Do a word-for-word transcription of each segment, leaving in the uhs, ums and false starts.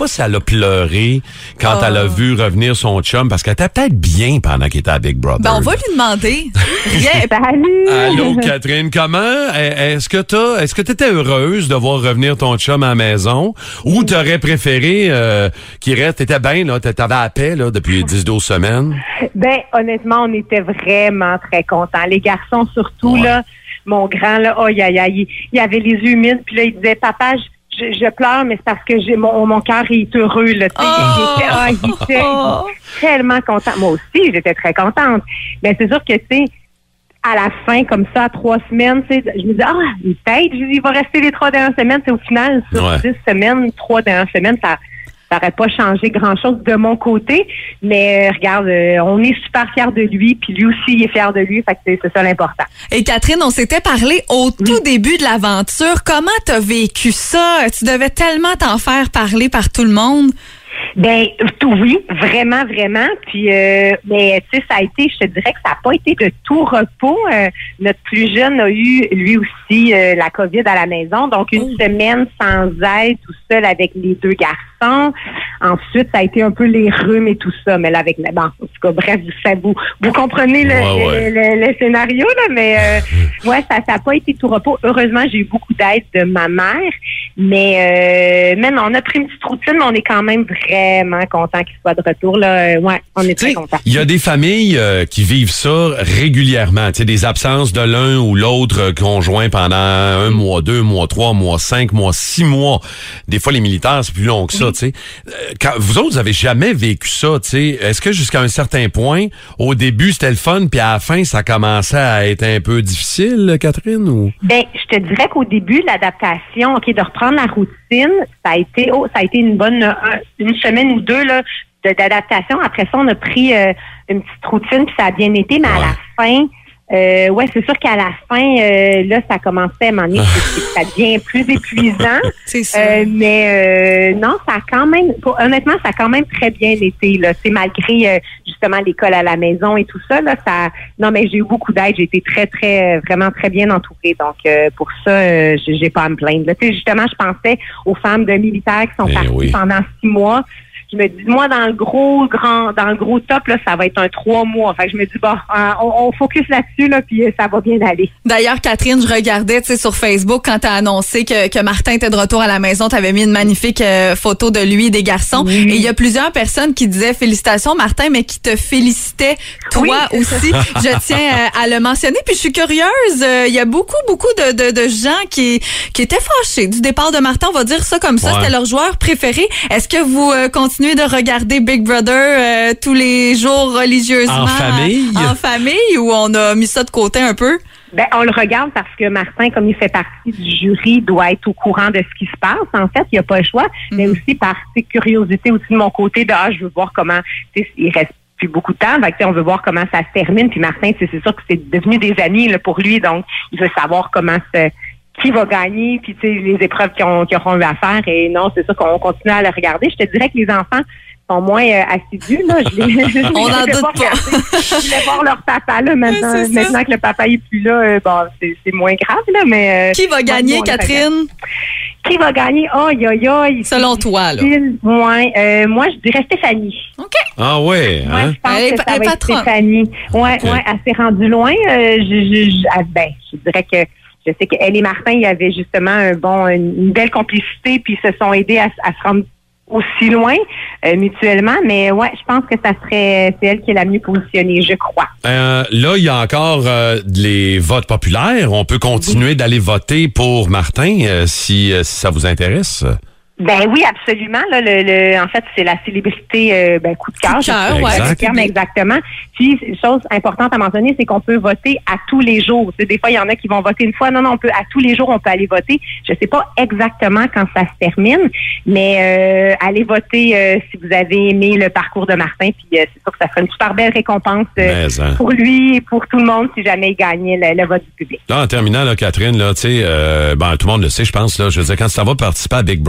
pas si elle a pleuré quand oh. elle a vu revenir son chum, parce qu'elle était peut-être bien pendant qu'il était à Big Brother. Ben, on va lui demander. Rien. Salut! Allô, Catherine, comment? Est-ce que t'as, est-ce que t'étais heureuse de voir revenir ton chum à la maison? Ou t'aurais préféré euh, qu'il reste? T'étais bien, là, t'avais à paix, là, depuis dix douze semaines? Ben, honnêtement, on était vraiment très contents. Les garçons, surtout, ouais. là, mon grand, là, oh, aïe, aïe, il avait les yeux humides, puis là, il disait, papa, je, je, je pleure, mais c'est parce que j'ai mon, mon cœur est heureux, là, tu sais. Oh! Il était, oh, il était oh! tellement content. Moi aussi, j'étais très contente. Mais c'est sûr que, tu sais, à la fin, comme ça, à trois semaines, tu sais, je me dis, ah, peut-être, il va rester les trois dernières semaines. C'est au final, sur ouais. dix semaines, trois dernières semaines, ça ça n'aurait pas changé grand-chose de mon côté. Mais euh, regarde, euh, on est super fiers de lui, puis lui aussi, il est fier de lui. Fait que c'est, c'est ça l'important. Et Catherine, on s'était parlé au tout oui. début de l'aventure. Comment t'as vécu ça? Tu devais tellement t'en faire parler par tout le monde. Ben oui, vraiment, vraiment. Puis, euh, mais tu sais, ça a été, je te dirais que ça n'a pas été de tout repos. Euh, notre plus jeune a eu, lui aussi, euh, la COVID à la maison. Donc, une oh. semaine sans aide, tout seul avec les deux garçons. Ensuite, ça a été un peu les rhumes et tout ça. Mais là, avec la bon, en tout cas, bref, vous, vous, vous comprenez le, ouais, ouais. le, le, le scénario, là. Mais euh, ouais, ça n'a pas été tout repos. Heureusement, j'ai eu beaucoup d'aide de ma mère. Mais, euh, même, on a pris une petite routine, mais on est quand même vraiment content qu'il soit de retour. Là. Ouais, on est très content. Il y a des familles euh, qui vivent ça régulièrement. Tu sais, des absences de l'un ou l'autre conjoint pendant un mois, deux mois, trois mois, cinq mois, six mois. Des fois, les militaires, c'est plus long que ça. Oui. Tu sais, quand vous autres, vous avez jamais vécu ça. Tu sais, est-ce que jusqu'à un certain point, au début, c'était le fun, puis à la fin, ça commençait à être un peu difficile, Catherine? Ou? Ben, je te dirais qu'au début, l'adaptation, ok, de reprendre la routine, ça a été, oh, ça a été une bonne, une semaine ou deux là de, d'adaptation. Après ça, on a pris euh, une petite routine puis ça a bien été, mais ouais. à la fin, euh, ouais, c'est sûr qu'à la fin, euh, là, ça commençait à un moment donné, ça devient plus épuisant. C'est ça. Euh, mais euh, non, ça a quand même, pour, honnêtement, ça a quand même très bien été là. C'est malgré euh, justement l'école à la maison et tout ça là, ça. Non, mais j'ai eu beaucoup d'aide. J'ai été très, très, vraiment très bien entourée. Donc euh, pour ça, euh, j'ai, j'ai pas à me plaindre. Là, tu sais, justement, je pensais aux femmes de militaires qui sont eh parties oui. pendant six mois. Je me dis, moi, dans le gros, grand, dans le gros top, là, ça va être un trois mois. Fait que je me dis, bon, on, on focus là-dessus, là, puis ça va bien aller. D'ailleurs, Catherine, je regardais, tu sais, sur Facebook, quand t'as annoncé que, que Martin était de retour à la maison, t'avais mis une magnifique euh, photo de lui et des garçons. Oui. Et il y a plusieurs personnes qui disaient félicitations, Martin, mais qui te félicitaient, toi oui. aussi. Je tiens euh, à le mentionner. Puis je suis curieuse, il euh, y a beaucoup, beaucoup de, de, de gens qui, qui étaient fâchés du départ de Martin. On va dire ça comme ça. Ouais. C'était leur joueur préféré. Est-ce que vous euh, continuez de regarder Big Brother euh, tous les jours religieusement? En famille? En famille, ou on a mis ça de côté un peu? Ben, on le regarde parce que Martin, comme il fait partie du jury, doit être au courant de ce qui se passe. En fait, il n'y a pas le choix, mm-hmm. mais aussi par curiosité aussi de mon côté, de ah, je veux voir comment, il reste plus beaucoup de temps, fait que, on veut voir comment ça se termine. Puis Martin, c'est sûr que c'est devenu des amis là, pour lui, donc il veut savoir comment se qui va gagner, puis tu sais, les épreuves qu'ils, ont, qu'ils auront eu à faire. Et non, c'est sûr qu'on continue à le regarder. Je te dirais que les enfants sont moins euh, assidus. Là. Je les, je On n'en doute pas. Je voulais voir leur papa là, maintenant. Ouais, maintenant que le papa est plus là, euh, bon, c'est, c'est moins grave. Là, mais, euh, qui va gagner, bon, Catherine? Qui va gagner? Oh, yo, yo. Selon toi, là. Ouais, euh, moi, je dirais Stéphanie. OK. Ah ouais, hein? Ouais, je pense elle que est, ça elle va être patronne. Stéphanie. Ouais, okay. ouais, elle s'est rendue loin. Euh, je, je, je, ben, je dirais que je sais qu'elle et Martin, il y avait justement un bon, une belle complicité, puis ils se sont aidés à, à se rendre aussi loin euh, mutuellement. Mais ouais, je pense que ça serait c'est elle qui est la mieux positionnée, je crois. Euh, là, il y a encore euh, les votes populaires. On peut continuer oui. d'aller voter pour Martin euh, si, euh, si ça vous intéresse. Ben oui, absolument. Là, le, le, en fait, c'est la célébrité euh, ben, coup de cœur. Coup de cœur, ouais. Exact. Terme, exactement. Puis, chose importante à mentionner, c'est qu'on peut voter à tous les jours. Tu sais, des fois, il y en a qui vont voter une fois. Non, non, on peut à tous les jours, on peut aller voter. Je sais pas exactement quand ça se termine, mais euh, allez voter euh, si vous avez aimé le parcours de Martin. Puis, euh, c'est sûr que ça ferait une super belle récompense euh, hein. pour lui et pour tout le monde si jamais il gagnait le, le vote du public. Là, en terminant, là, Catherine, là, tu sais, euh, ben, tout le monde le sait, je pense. Là, je veux dire, quand ça va participer à Big Brother,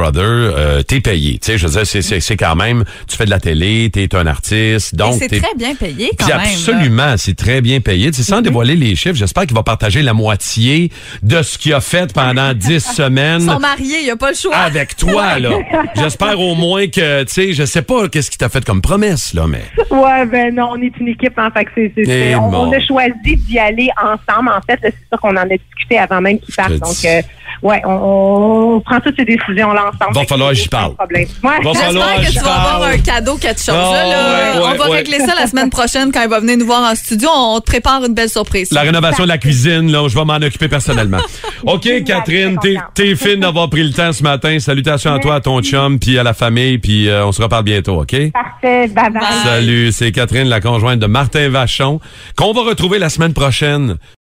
euh, t'es payé. Tu sais, je veux dire, c'est, c'est, c'est quand même, tu fais de la télé, t'es un artiste, donc... Et c'est t'es... très bien payé quand Puis même. absolument, là. c'est très bien payé. Tu sais, sans mm-hmm. dévoiler les chiffres, j'espère qu'il va partager la moitié de ce qu'il a fait pendant dix semaines. Ils sont mariés, il a pas le choix. Avec toi, là. J'espère au moins que, tu sais, je sais pas qu'est-ce qu'il t'a fait comme promesse, là, mais... Ouais, ben non, on est une équipe, hein, fait que c'est, c'est, c'est on, bon. on a choisi d'y aller ensemble. En fait, là, c'est sûr qu'on en a discuté avant même qu'il parte. Donc, euh, ouais, on, on prend toutes ces décisions-là ensemble. Va falloir que j'y parle. Ouais. Va falloir que tu vas avoir un cadeau, quelque chose. Oh, là, là, ouais, on va ouais. régler ça la semaine prochaine quand il va venir nous voir en studio. On te prépare une belle surprise. La rénovation de la cuisine, là, je vais m'en occuper personnellement. OK, Catherine, t'es, t'es fine d'avoir pris le temps ce matin. Salutations à toi, à ton chum, puis à la famille, puis euh, on se reparle bientôt, OK? Parfait, bye bye. Salut, c'est Catherine, la conjointe de Martin Vachon, qu'on va retrouver la semaine prochaine.